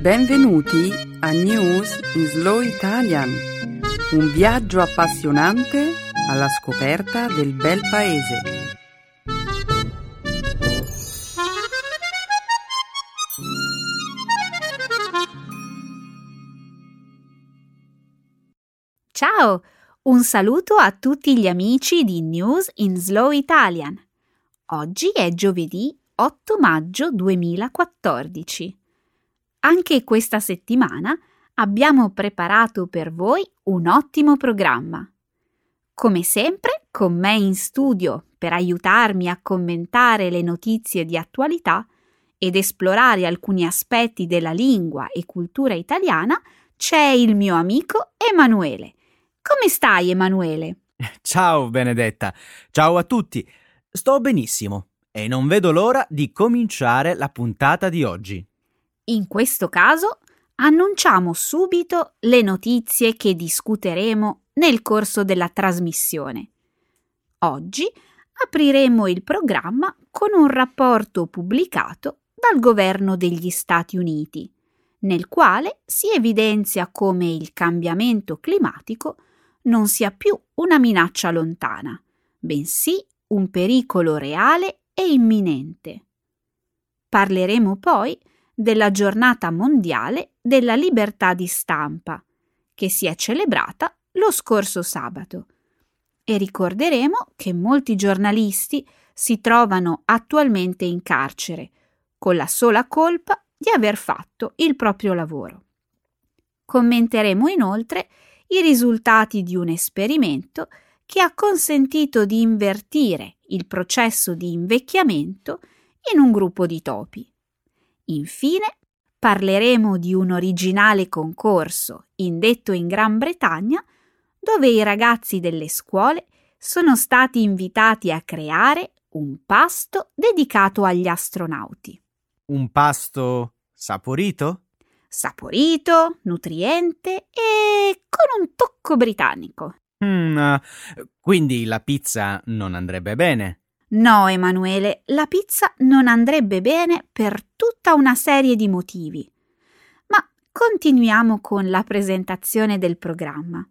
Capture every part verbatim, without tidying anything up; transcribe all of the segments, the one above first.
Benvenuti a News in Slow Italian, un viaggio appassionante alla scoperta del bel paese. Ciao, un saluto a tutti gli amici di News in Slow Italian. Oggi è giovedì otto maggio duemilaquattordici. Anche questa settimana abbiamo preparato per voi un ottimo programma. Come sempre, con me in studio per aiutarmi a commentare le notizie di attualità ed esplorare alcuni aspetti della lingua e cultura italiana c'è il mio amico Emanuele. Come stai, Emanuele? Ciao Benedetta, ciao a tutti. Sto benissimo e non vedo l'ora di cominciare la puntata di oggi. In questo caso annunciamo subito le notizie che discuteremo nel corso della trasmissione. Oggi apriremo il programma con un rapporto pubblicato dal governo degli Stati Uniti, nel quale si evidenzia come il cambiamento climatico non sia più una minaccia lontana, bensì un pericolo reale e imminente. Parleremo poi della Giornata Mondiale della Libertà di Stampa, che si è celebrata lo scorso sabato, e ricorderemo che molti giornalisti si trovano attualmente in carcere, con la sola colpa di aver fatto il proprio lavoro. Commenteremo inoltre i risultati di un esperimento che ha consentito di invertire il processo di invecchiamento in un gruppo di topi. Infine, parleremo di un originale concorso indetto in Gran Bretagna, dove i ragazzi delle scuole sono stati invitati a creare un pasto dedicato agli astronauti. Un pasto saporito? Saporito, nutriente e con un tocco britannico. Mm, quindi la pizza non andrebbe bene? No, Emanuele, la pizza non andrebbe bene per tutta una serie di motivi. Ma continuiamo con la presentazione del programma.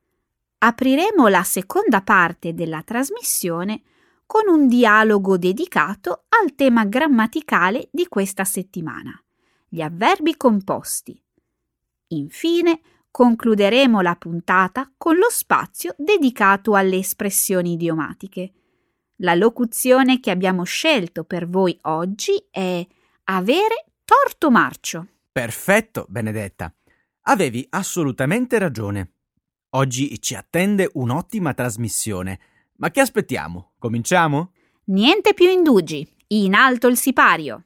Apriremo la seconda parte della trasmissione con un dialogo dedicato al tema grammaticale di questa settimana, gli avverbi composti. Infine, concluderemo la puntata con lo spazio dedicato alle espressioni idiomatiche. La locuzione che abbiamo scelto per voi oggi è avere torto marcio. Perfetto, Benedetta. Avevi assolutamente ragione. Oggi ci attende un'ottima trasmissione. Ma che aspettiamo? Cominciamo? Niente più indugi. In alto il sipario.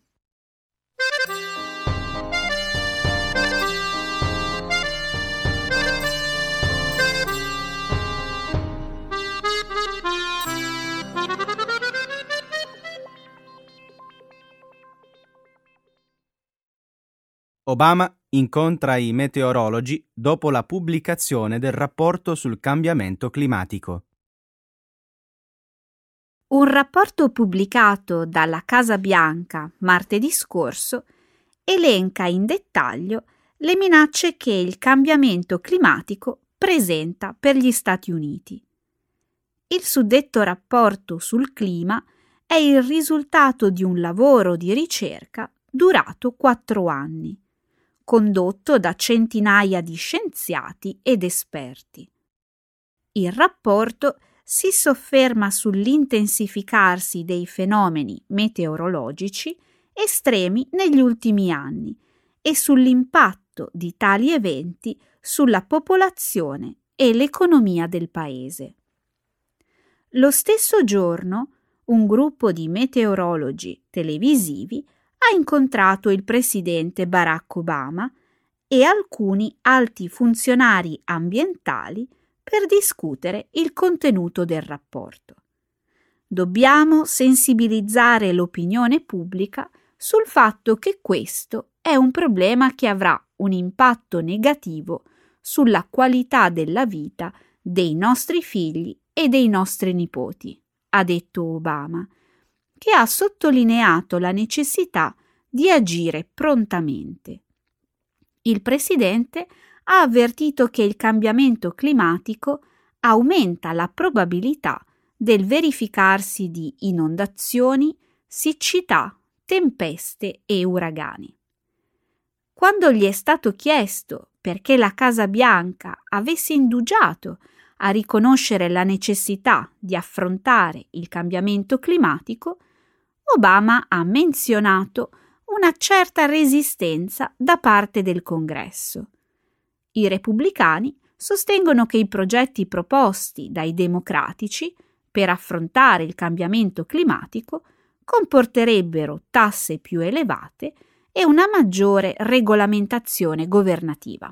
Obama incontra i meteorologi dopo la pubblicazione del rapporto sul cambiamento climatico. Un rapporto pubblicato dalla Casa Bianca martedì scorso elenca in dettaglio le minacce che il cambiamento climatico presenta per gli Stati Uniti. Il suddetto rapporto sul clima è il risultato di un lavoro di ricerca durato quattro anni, condotto da centinaia di scienziati ed esperti. Il rapporto si sofferma sull'intensificarsi dei fenomeni meteorologici estremi negli ultimi anni e sull'impatto di tali eventi sulla popolazione e l'economia del paese. Lo stesso giorno, un gruppo di meteorologi televisivi ha incontrato il presidente Barack Obama e alcuni alti funzionari ambientali per discutere il contenuto del rapporto. Dobbiamo sensibilizzare l'opinione pubblica sul fatto che questo è un problema che avrà un impatto negativo sulla qualità della vita dei nostri figli e dei nostri nipoti, ha detto Obama, che ha sottolineato la necessità di agire prontamente. Il presidente ha avvertito che il cambiamento climatico aumenta la probabilità del verificarsi di inondazioni, siccità, tempeste e uragani. Quando gli è stato chiesto perché la Casa Bianca avesse indugiato a riconoscere la necessità di affrontare il cambiamento climatico, Obama ha menzionato una certa resistenza da parte del Congresso. I repubblicani sostengono che i progetti proposti dai democratici per affrontare il cambiamento climatico comporterebbero tasse più elevate e una maggiore regolamentazione governativa.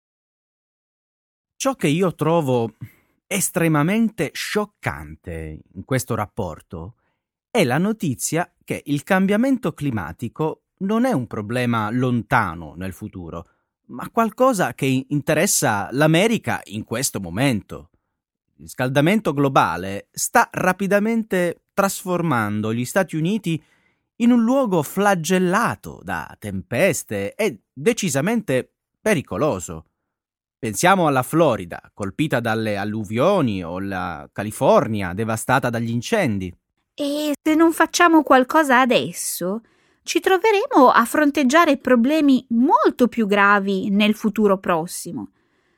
Ciò che io trovo estremamente scioccante in questo rapporto è la notizia che il cambiamento climatico non è un problema lontano nel futuro, ma qualcosa che interessa l'America in questo momento. Il riscaldamento globale sta rapidamente trasformando gli Stati Uniti in un luogo flagellato da tempeste e decisamente pericoloso. Pensiamo alla Florida, colpita dalle alluvioni, o la California, devastata dagli incendi. E se non facciamo qualcosa adesso, ci troveremo a fronteggiare problemi molto più gravi nel futuro prossimo.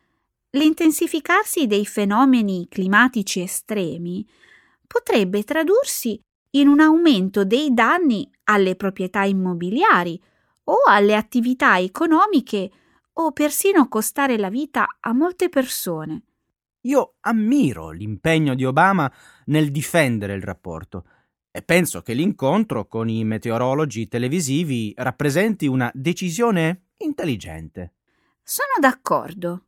L'intensificarsi dei fenomeni climatici estremi potrebbe tradursi in un aumento dei danni alle proprietà immobiliari o alle attività economiche o persino costare la vita a molte persone. Io ammiro l'impegno di Obama nel difendere il rapporto e penso che l'incontro con i meteorologi televisivi rappresenti una decisione intelligente. Sono d'accordo.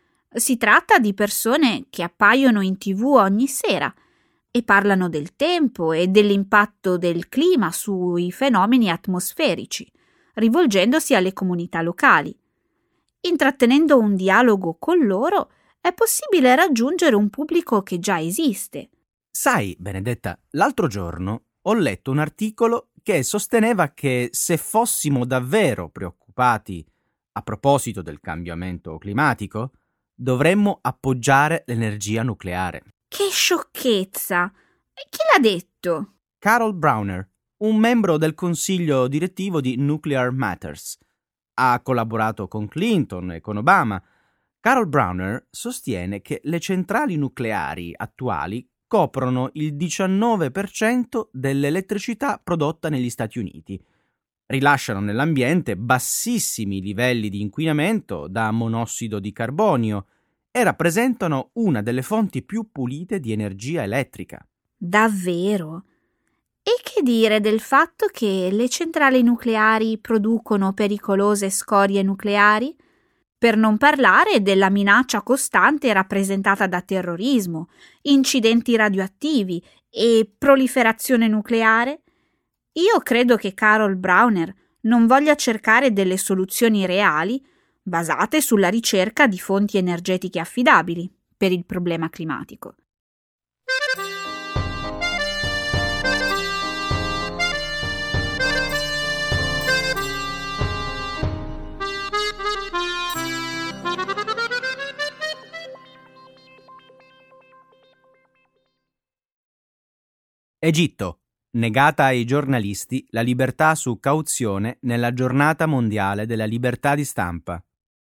Si tratta di persone che appaiono in tivù ogni sera e parlano del tempo e dell'impatto del clima sui fenomeni atmosferici, rivolgendosi alle comunità locali. Intrattenendo un dialogo con loro è possibile raggiungere un pubblico che già esiste. Sai, Benedetta, l'altro giorno ho letto un articolo che sosteneva che se fossimo davvero preoccupati a proposito del cambiamento climatico, dovremmo appoggiare l'energia nucleare. Che sciocchezza! E chi l'ha detto? Carol Browner, un membro del consiglio direttivo di Nuclear Matters. Ha collaborato con Clinton e con Obama. Carol Browner sostiene che le centrali nucleari attuali coprono il diciannove per cento dell'elettricità prodotta negli Stati Uniti. Rilasciano nell'ambiente bassissimi livelli di inquinamento da monossido di carbonio e rappresentano una delle fonti più pulite di energia elettrica. Davvero? E che dire del fatto che le centrali nucleari producono pericolose scorie nucleari? Per non parlare della minaccia costante rappresentata da terrorismo, incidenti radioattivi e proliferazione nucleare? Io credo che Carol Browner non voglia cercare delle soluzioni reali basate sulla ricerca di fonti energetiche affidabili per il problema climatico. Egitto. Negata ai giornalisti la libertà su cauzione nella giornata mondiale della libertà di stampa.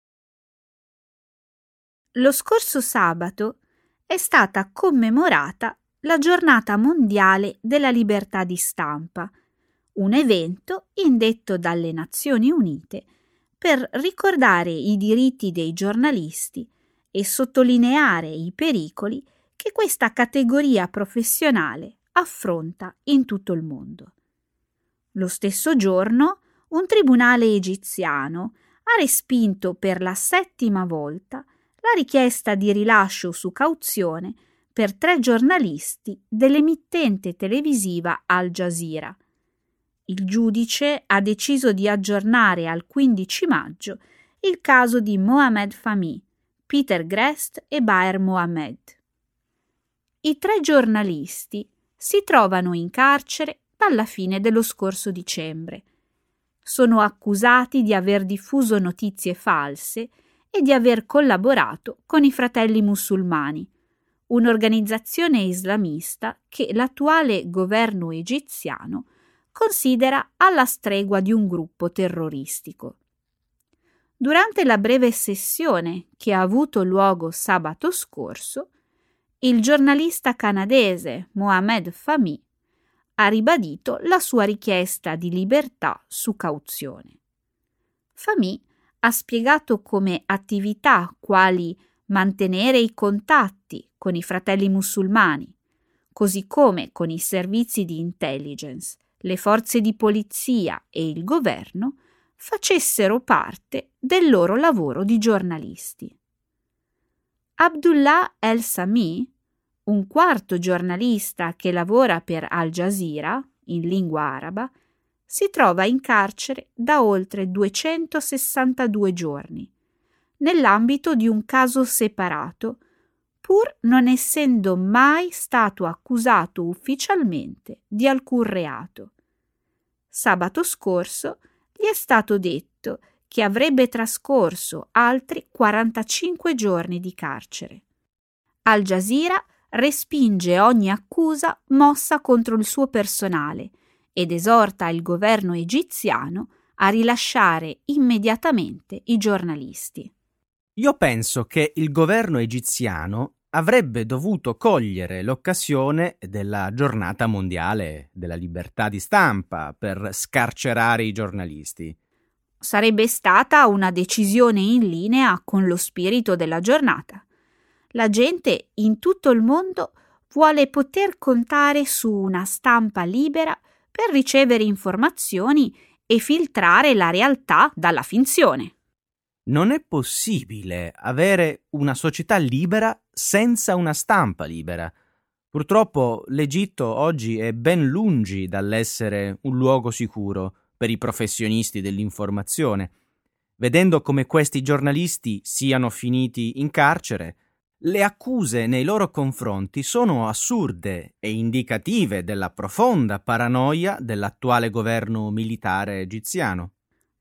Lo scorso sabato è stata commemorata la giornata mondiale della libertà di stampa, un evento indetto dalle Nazioni Unite per ricordare i diritti dei giornalisti e sottolineare i pericoli che questa categoria professionale affronta in tutto il mondo. Lo stesso giorno, un tribunale egiziano ha respinto per la settima volta la richiesta di rilascio su cauzione per tre giornalisti dell'emittente televisiva Al Jazeera. Il giudice ha deciso di aggiornare al quindici maggio il caso di Mohamed Fahmy, Peter Grest e Baher Mohamed. I tre giornalisti si trovano in carcere dalla fine dello scorso dicembre. sono accusati di aver diffuso notizie false e di aver collaborato con i Fratelli Musulmani, un'organizzazione islamista che l'attuale governo egiziano considera alla stregua di un gruppo terroristico. Durante la breve sessione che ha avuto luogo sabato scorso, il giornalista canadese Mohamed Fahmy ha ribadito la sua richiesta di libertà su cauzione. Fahmy ha spiegato come attività quali mantenere i contatti con i Fratelli Musulmani, così come con i servizi di intelligence, le forze di polizia e il governo, facessero parte del loro lavoro di giornalisti. Abdullah El-Sami, un quarto giornalista che lavora per Al Jazeera, in lingua araba, si trova in carcere da oltre duecentosessantadue giorni, nell'ambito di un caso separato, pur non essendo mai stato accusato ufficialmente di alcun reato. Sabato scorso gli è stato detto che avrebbe trascorso altri quarantacinque giorni di carcere. Al Jazeera respinge ogni accusa mossa contro il suo personale ed esorta il governo egiziano a rilasciare immediatamente i giornalisti. Io penso che il governo egiziano avrebbe dovuto cogliere l'occasione della giornata mondiale della libertà di stampa per scarcerare i giornalisti. Sarebbe stata una decisione in linea con lo spirito della giornata. La gente in tutto il mondo vuole poter contare su una stampa libera per ricevere informazioni e filtrare la realtà dalla finzione. Non è possibile avere una società libera senza una stampa libera. Purtroppo l'Egitto oggi è ben lungi dall'essere un luogo sicuro per i professionisti dell'informazione. Vedendo come questi giornalisti siano finiti in carcere, le accuse nei loro confronti sono assurde e indicative della profonda paranoia dell'attuale governo militare egiziano.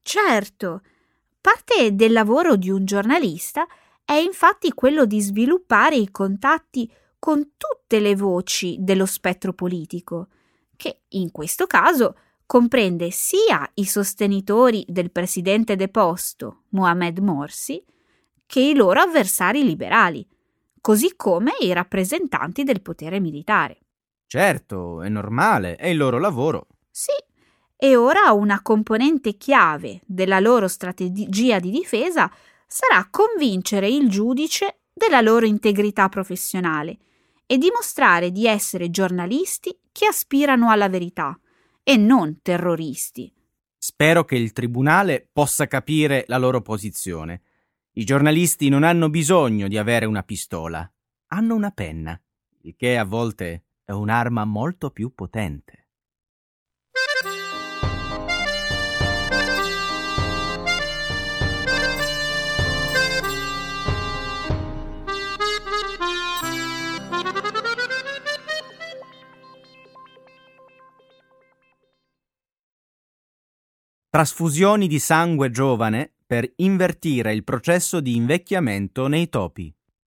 Certo, parte del lavoro di un giornalista è infatti quello di sviluppare i contatti con tutte le voci dello spettro politico, che in questo caso comprende sia i sostenitori del presidente deposto, Mohamed Morsi, che i loro avversari liberali, così come i rappresentanti del potere militare. Certo, è normale, è il loro lavoro. Sì, e ora una componente chiave della loro strategia di difesa sarà convincere il giudice della loro integrità professionale e dimostrare di essere giornalisti che aspirano alla verità e non terroristi. Spero che il tribunale possa capire la loro posizione. I giornalisti non hanno bisogno di avere una pistola, hanno una penna, il che a volte è un'arma molto più potente. Trasfusioni di sangue giovane per invertire il processo di invecchiamento nei topi.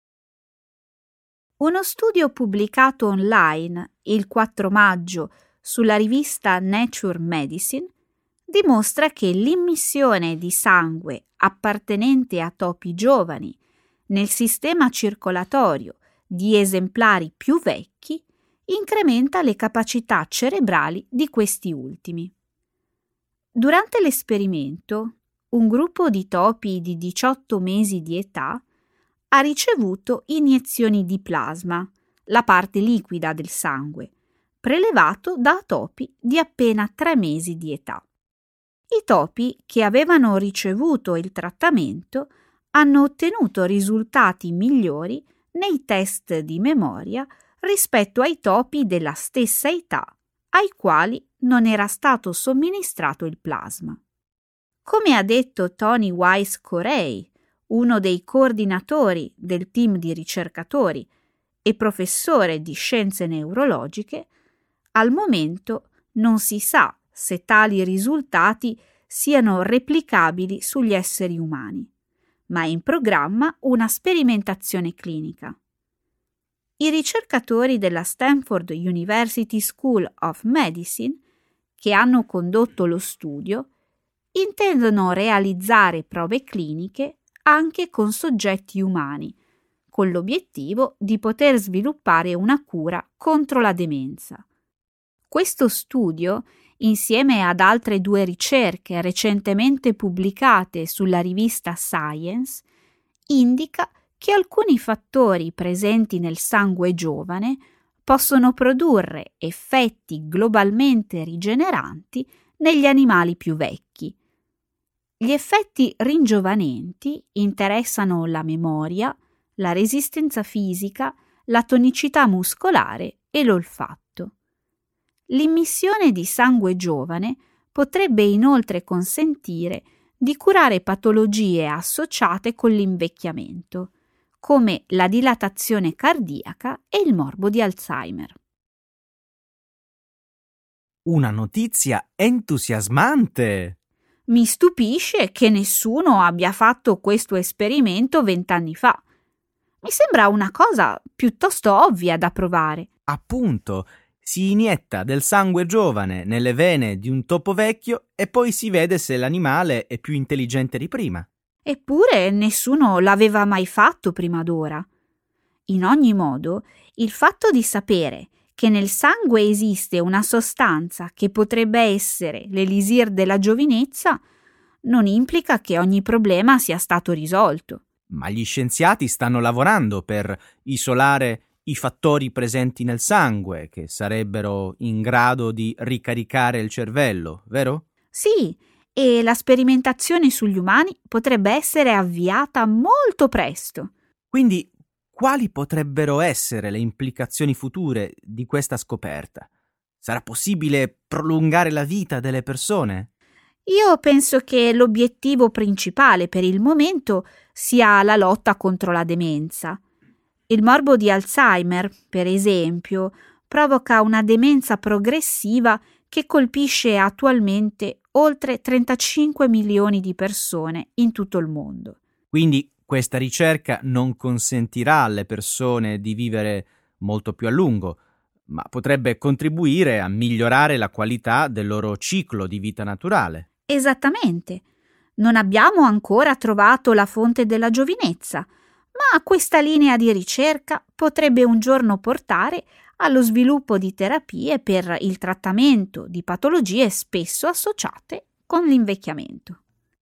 Uno studio pubblicato online il quattro maggio sulla rivista Nature Medicine dimostra che l'immissione di sangue appartenente a topi giovani nel sistema circolatorio di esemplari più vecchi incrementa le capacità cerebrali di questi ultimi. Durante l'esperimento, un gruppo di topi di diciotto mesi di età ha ricevuto iniezioni di plasma, la parte liquida del sangue, prelevato da topi di appena tre mesi di età. I topi che avevano ricevuto il trattamento hanno ottenuto risultati migliori nei test di memoria rispetto ai topi della stessa età ai quali non era stato somministrato il plasma. Come ha detto Tony Wise Corey, uno dei coordinatori del team di ricercatori e professore di scienze neurologiche, al momento non si sa se tali risultati siano replicabili sugli esseri umani, ma è in programma una sperimentazione clinica. I ricercatori della Stanford University School of Medicine, che hanno condotto lo studio, intendono realizzare prove cliniche anche con soggetti umani, con l'obiettivo di poter sviluppare una cura contro la demenza. Questo studio, insieme ad altre due ricerche recentemente pubblicate sulla rivista Science, indica che alcuni fattori presenti nel sangue giovane possono produrre effetti globalmente rigeneranti negli animali più vecchi. Gli effetti ringiovanenti interessano la memoria, la resistenza fisica, la tonicità muscolare e l'olfatto. L'immissione di sangue giovane potrebbe inoltre consentire di curare patologie associate con l'invecchiamento, come la dilatazione cardiaca e il morbo di Alzheimer. Una notizia entusiasmante! Mi stupisce che nessuno abbia fatto questo esperimento vent'anni fa. Mi sembra una cosa piuttosto ovvia da provare. Appunto, si inietta del sangue giovane nelle vene di un topo vecchio e poi si vede se l'animale è più intelligente di prima. Eppure nessuno l'aveva mai fatto prima d'ora. In ogni modo, il fatto di sapere che nel sangue esiste una sostanza che potrebbe essere l'elisir della giovinezza non implica che ogni problema sia stato risolto. Ma gli scienziati stanno lavorando per isolare i fattori presenti nel sangue che sarebbero in grado di ricaricare il cervello, vero? Sì, e la sperimentazione sugli umani potrebbe essere avviata molto presto. Quindi, quali potrebbero essere le implicazioni future di questa scoperta? Sarà possibile prolungare la vita delle persone? Io penso che l'obiettivo principale per il momento sia la lotta contro la demenza. Il morbo di Alzheimer, per esempio, provoca una demenza progressiva che colpisce attualmente oltre trentacinque milioni di persone in tutto il mondo. Quindi questa ricerca non consentirà alle persone di vivere molto più a lungo, ma potrebbe contribuire a migliorare la qualità del loro ciclo di vita naturale. Esattamente. Non abbiamo ancora trovato la fonte della giovinezza, ma questa linea di ricerca potrebbe un giorno portare allo sviluppo di terapie per il trattamento di patologie spesso associate con l'invecchiamento.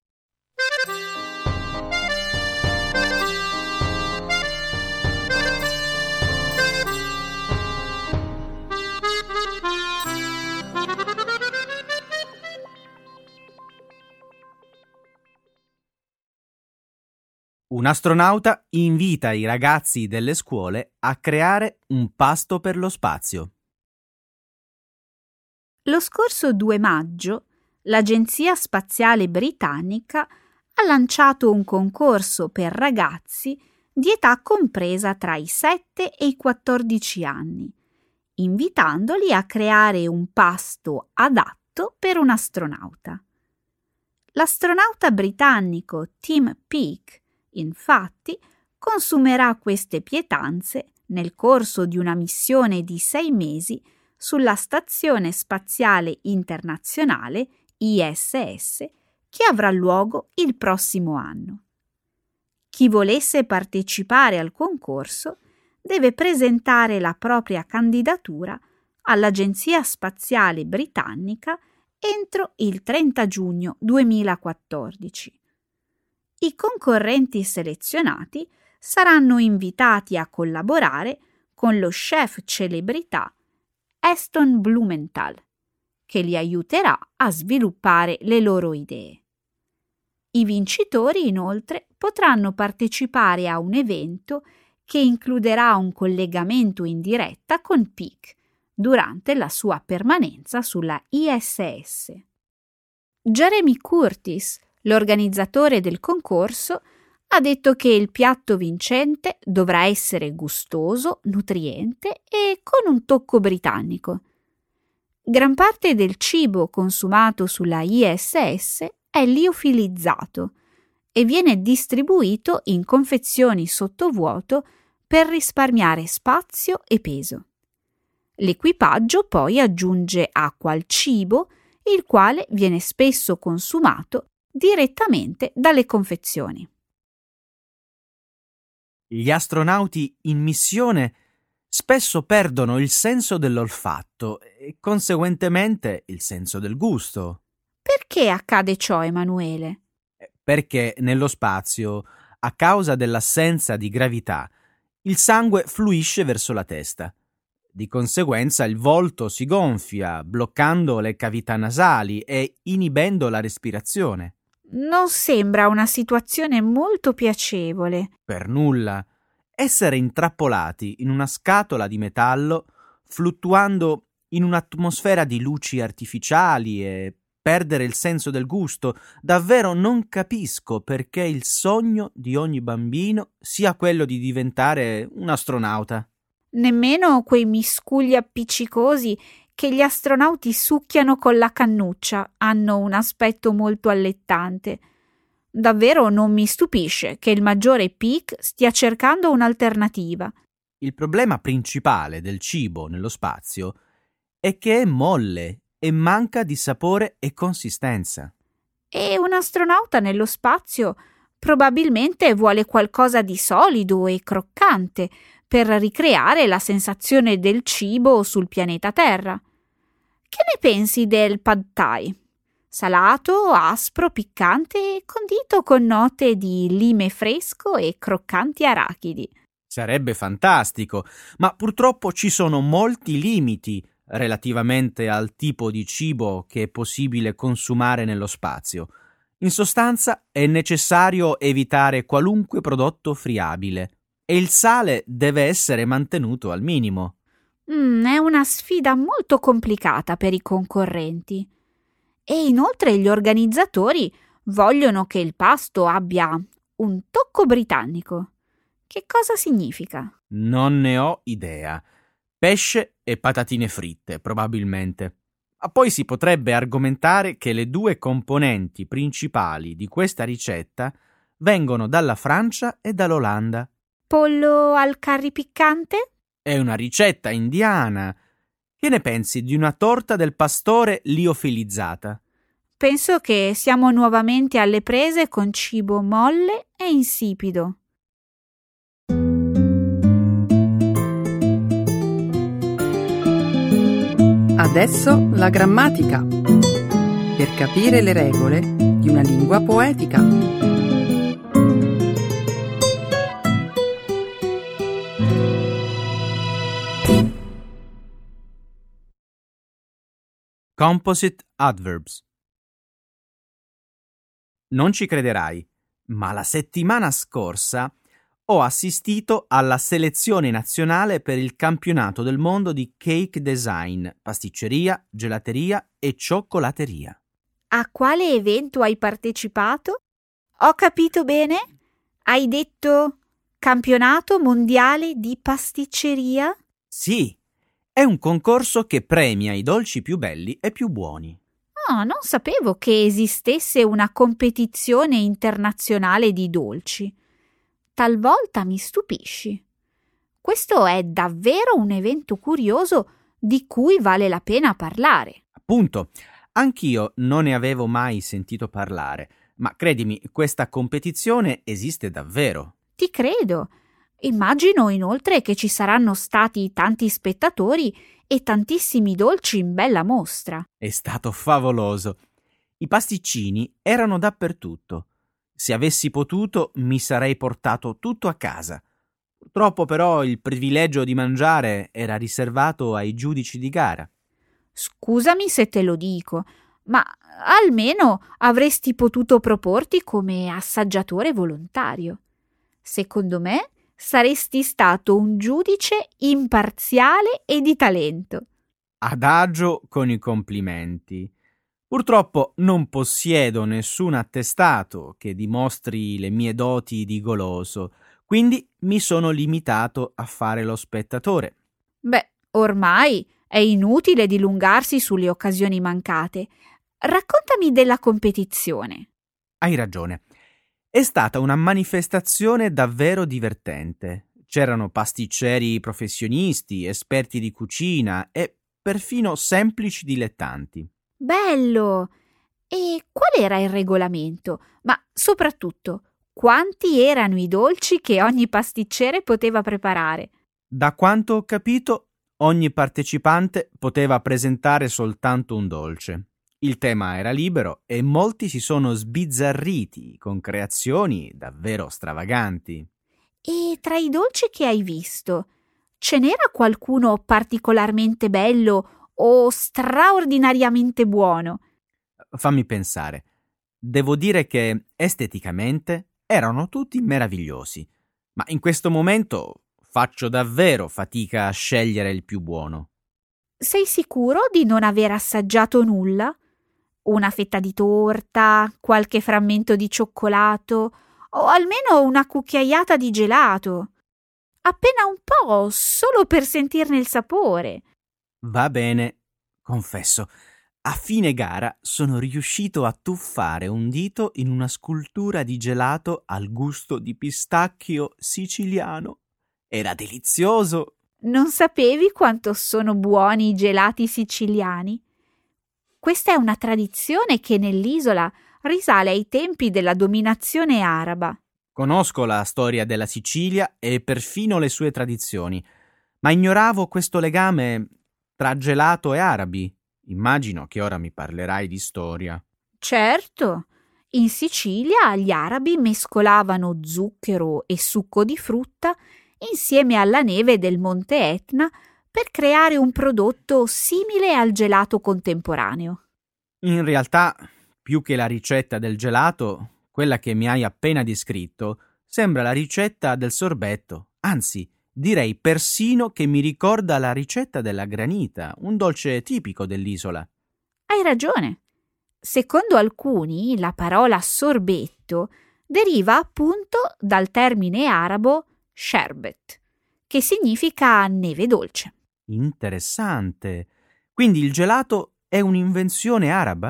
Un astronauta invita i ragazzi delle scuole a creare un pasto per lo spazio. Lo scorso due maggio, l'Agenzia Spaziale Britannica ha lanciato un concorso per ragazzi di età compresa tra i sette e i quattordici anni, invitandoli a creare un pasto adatto per un astronauta. L'astronauta britannico Tim Peake infatti, consumerà queste pietanze nel corso di una missione di sei mesi sulla Stazione Spaziale Internazionale I S S che avrà luogo il prossimo anno. Chi volesse partecipare al concorso deve presentare la propria candidatura all'Agenzia Spaziale Britannica entro il trenta giugno duemilaquattordici. I concorrenti selezionati saranno invitati a collaborare con lo chef celebrità Aston Blumenthal, che li aiuterà a sviluppare le loro idee. I vincitori, inoltre, potranno partecipare a un evento che includerà un collegamento in diretta con Peake durante la sua permanenza sulla I S S. Jeremy Curtis, l'organizzatore del concorso, ha detto che il piatto vincente dovrà essere gustoso, nutriente e con un tocco britannico. Gran parte del cibo consumato sulla I S S è liofilizzato e viene distribuito in confezioni sottovuoto per risparmiare spazio e peso. L'equipaggio poi aggiunge acqua al cibo, il quale viene spesso consumato direttamente dalle confezioni. Gli astronauti in missione spesso perdono il senso dell'olfatto e conseguentemente il senso del gusto. Perché accade ciò, Emanuele? Perché nello spazio, a causa dell'assenza di gravità, il sangue fluisce verso la testa. Di conseguenza il volto si gonfia, bloccando le cavità nasali e inibendo la respirazione. Non sembra una situazione molto piacevole. Per nulla. Essere intrappolati in una scatola di metallo, fluttuando in un'atmosfera di luci artificiali e perdere il senso del gusto, davvero non capisco perché il sogno di ogni bambino sia quello di diventare un astronauta. Nemmeno quei miscugli appiccicosi che gli astronauti succhiano con la cannuccia hanno un aspetto molto allettante. Davvero non mi stupisce che il maggiore Peak stia cercando un'alternativa. Il problema principale del cibo nello spazio è che è molle e manca di sapore e consistenza. E un astronauta nello spazio probabilmente vuole qualcosa di solido e croccante per ricreare la sensazione del cibo sul pianeta Terra. Che ne pensi del pad thai? Salato, aspro, piccante e condito con note di lime fresco e croccanti arachidi. Sarebbe fantastico, ma purtroppo ci sono molti limiti relativamente al tipo di cibo che è possibile consumare nello spazio. In sostanza è necessario evitare qualunque prodotto friabile e il sale deve essere mantenuto al minimo. Mm, è una sfida molto complicata per i concorrenti. E inoltre gli organizzatori vogliono che il pasto abbia un tocco britannico. Che cosa significa? Non ne ho idea. Pesce e patatine fritte, probabilmente. Ma poi si potrebbe argomentare che le due componenti principali di questa ricetta vengono dalla Francia e dall'Olanda. Pollo al curry piccante? È una ricetta indiana. Che ne pensi di una torta del pastore liofilizzata? Penso che siamo nuovamente alle prese con cibo molle e insipido. Adesso la grammatica, per capire le regole di una lingua poetica. Composite adverbs. Non ci crederai, ma la settimana scorsa ho assistito alla selezione nazionale per il campionato del mondo di cake design, pasticceria, gelateria e cioccolateria. A quale evento hai partecipato? Ho capito bene? Hai detto campionato mondiale di pasticceria? Sì, è un concorso che premia i dolci più belli e più buoni. Oh, non sapevo che esistesse una competizione internazionale di dolci. Talvolta mi stupisci. Questo è davvero un evento curioso di cui vale la pena parlare. Appunto, anch'io non ne avevo mai sentito parlare, ma credimi, questa competizione esiste davvero. Ti credo. Immagino inoltre che ci saranno stati tanti spettatori e tantissimi dolci in bella mostra. È stato favoloso. I pasticcini erano dappertutto. Se avessi potuto, mi sarei portato tutto a casa. Purtroppo però il privilegio di mangiare era riservato ai giudici di gara. Scusami se te lo dico, ma almeno avresti potuto proporti come assaggiatore volontario. Secondo me saresti stato un giudice imparziale e di talento. Adagio con i complimenti. Purtroppo non possiedo nessun attestato che dimostri le mie doti di goloso, quindi mi sono limitato a fare lo spettatore. Beh, ormai è inutile dilungarsi sulle occasioni mancate. Raccontami della competizione. Hai ragione. È stata una manifestazione davvero divertente. C'erano pasticceri professionisti, esperti di cucina e perfino semplici dilettanti. Bello! E qual era il regolamento? Ma soprattutto, quanti erano i dolci che ogni pasticcere poteva preparare? Da quanto ho capito, ogni partecipante poteva presentare soltanto un dolce. Il tema era libero e molti si sono sbizzarriti con creazioni davvero stravaganti. E tra i dolci che hai visto, ce n'era qualcuno particolarmente bello o straordinariamente buono? Fammi pensare. Devo dire che esteticamente erano tutti meravigliosi, ma in questo momento faccio davvero fatica a scegliere il più buono. Sei sicuro di non aver assaggiato nulla? Una fetta di torta, qualche frammento di cioccolato o almeno una cucchiaiata di gelato? Appena un po', solo per sentirne il sapore. Va bene, confesso. A fine gara sono riuscito a tuffare un dito in una scultura di gelato al gusto di pistacchio siciliano. Era delizioso. Non sapevi quanto sono buoni i gelati siciliani? Questa è una tradizione che nell'isola risale ai tempi della dominazione araba. Conosco la storia della Sicilia e perfino le sue tradizioni, ma ignoravo questo legame tra gelato e arabi. Immagino che ora mi parlerai di storia. Certo, in Sicilia gli arabi mescolavano zucchero e succo di frutta insieme alla neve del Monte Etna per creare un prodotto simile al gelato contemporaneo. In realtà, più che la ricetta del gelato, quella che mi hai appena descritto sembra la ricetta del sorbetto, anzi, direi persino che mi ricorda la ricetta della granita, un dolce tipico dell'isola. Hai ragione. Secondo alcuni, la parola sorbetto deriva appunto dal termine arabo sherbet, che significa neve dolce. Interessante. Quindi il gelato è un'invenzione araba?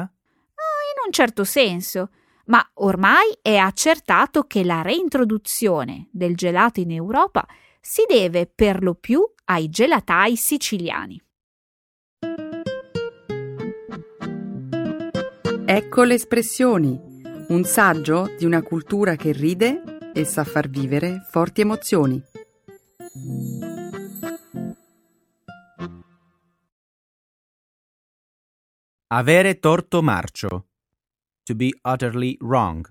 In un certo senso, ma ormai è accertato che la reintroduzione del gelato in Europa si deve per lo più ai gelatai siciliani. Ecco le espressioni, un saggio di una cultura che ride e sa far vivere forti emozioni. Avere torto marcio. To be utterly wrong.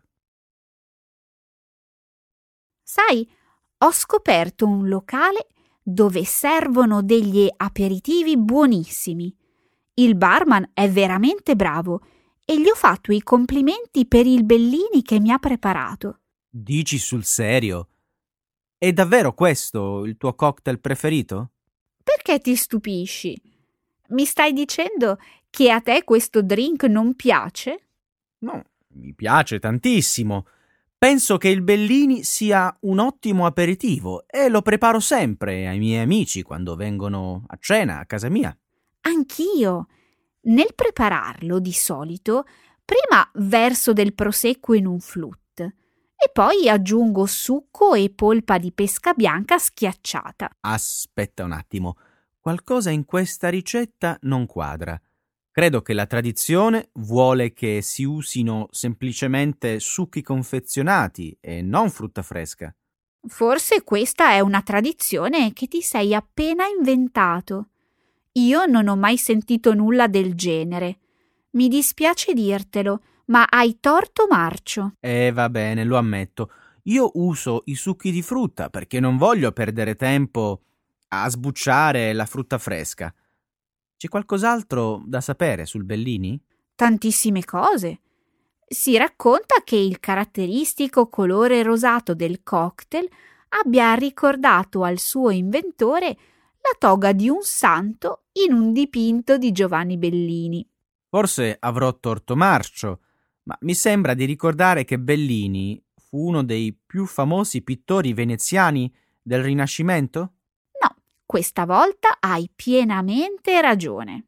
Sai, ho scoperto un locale dove servono degli aperitivi buonissimi. Il barman è veramente bravo e gli ho fatto i complimenti per il Bellini che mi ha preparato. Dici sul serio? È davvero questo il tuo cocktail preferito? Perché ti stupisci? Mi stai dicendo che a te questo drink non piace? No, mi piace tantissimo. Penso che il Bellini sia un ottimo aperitivo e lo preparo sempre ai miei amici quando vengono a cena a casa mia. Anch'io. Nel prepararlo, di solito, prima verso del prosecco in un flute e poi aggiungo succo e polpa di pesca bianca schiacciata. Aspetta un attimo. Qualcosa in questa ricetta non quadra. Credo che la tradizione vuole che si usino semplicemente succhi confezionati e non frutta fresca. Forse questa è una tradizione che ti sei appena inventato. Io non ho mai sentito nulla del genere. Mi dispiace dirtelo, ma hai torto marcio. Eh, va bene, lo ammetto. Io uso i succhi di frutta perché non voglio perdere tempo a sbucciare la frutta fresca. C'è qualcos'altro da sapere sul Bellini? Tantissime cose. Si racconta che il caratteristico colore rosato del cocktail abbia ricordato al suo inventore la toga di un santo in un dipinto di Giovanni Bellini. Forse avrò torto marcio, ma mi sembra di ricordare che Bellini fu uno dei più famosi pittori veneziani del Rinascimento? No, questa volta hai pienamente ragione.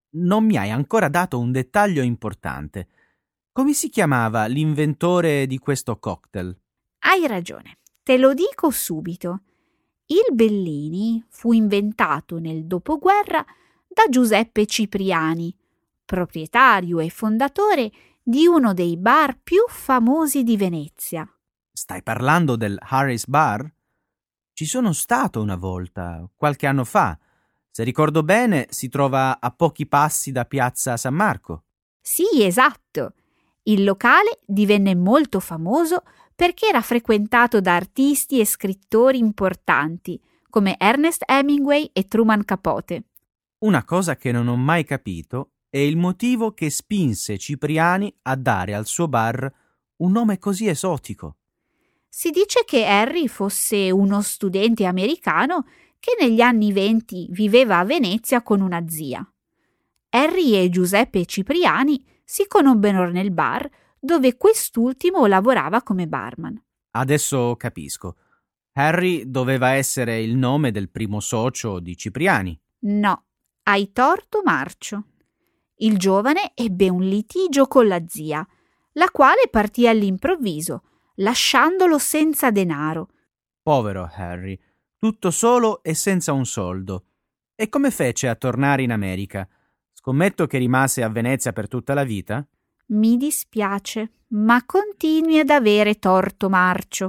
non mi hai ancora dato un dettaglio importante. Come si chiamava l'inventore di questo cocktail? Hai ragione, te lo dico subito. Il Bellini fu inventato nel dopoguerra da Giuseppe Cipriani, proprietario e fondatore di uno dei bar più famosi di Venezia. Stai parlando del Harris Bar? Ci sono stato una volta, qualche anno fa. Se ricordo bene, si trova a pochi passi da Piazza San Marco. Sì, esatto. Il locale divenne molto famoso perché era frequentato da artisti e scrittori importanti come Ernest Hemingway e Truman Capote. Una cosa che non ho mai capito è il motivo che spinse Cipriani a dare al suo bar un nome così esotico. Si dice che Harry fosse uno studente americano che negli anni venti viveva a Venezia con una zia. Harry e Giuseppe Cipriani si conobbero nel bar dove quest'ultimo lavorava come barman. Adesso capisco. Harry doveva essere il nome del primo socio di Cipriani. No, hai torto, Marcio. Il giovane ebbe un litigio con la zia, la quale partì all'improvviso, lasciandolo senza denaro. Povero Harry, tutto solo e senza un soldo. E come fece a tornare in America? Scommetto che rimase a Venezia per tutta la vita? Mi dispiace, ma continui ad avere torto, Marcio.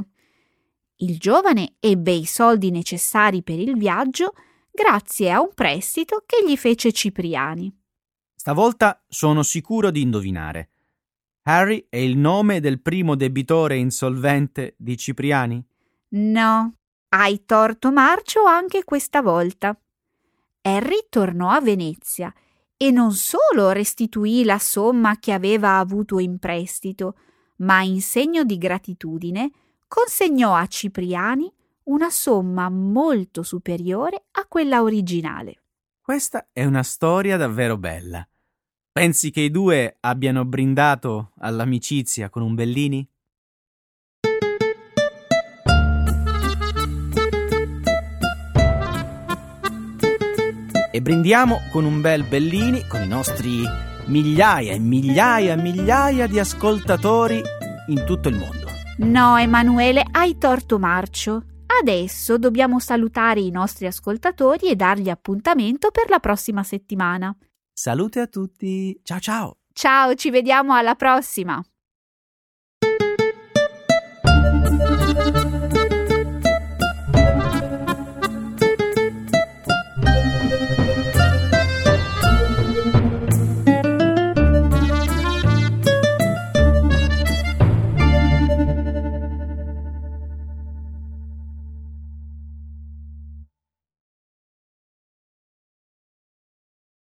Il giovane ebbe i soldi necessari per il viaggio grazie a un prestito che gli fece Cipriani. Stavolta sono sicuro di indovinare. Harry è il nome del primo debitore insolvente di Cipriani? No, hai torto, Marcio, anche questa volta. Harry tornò a Venezia e non solo restituì la somma che aveva avuto in prestito, ma in segno di gratitudine consegnò a Cipriani una somma molto superiore a quella originale. Questa è una storia davvero bella. Pensi che i due abbiano brindato all'amicizia con un Bellini? E brindiamo con un bel Bellini con i nostri migliaia e migliaia e migliaia di ascoltatori in tutto il mondo. No, Emanuele, hai torto, Marcio. Adesso dobbiamo salutare i nostri ascoltatori e dargli appuntamento per la prossima settimana. Salute a tutti. Ciao ciao. Ciao, ci vediamo alla prossima.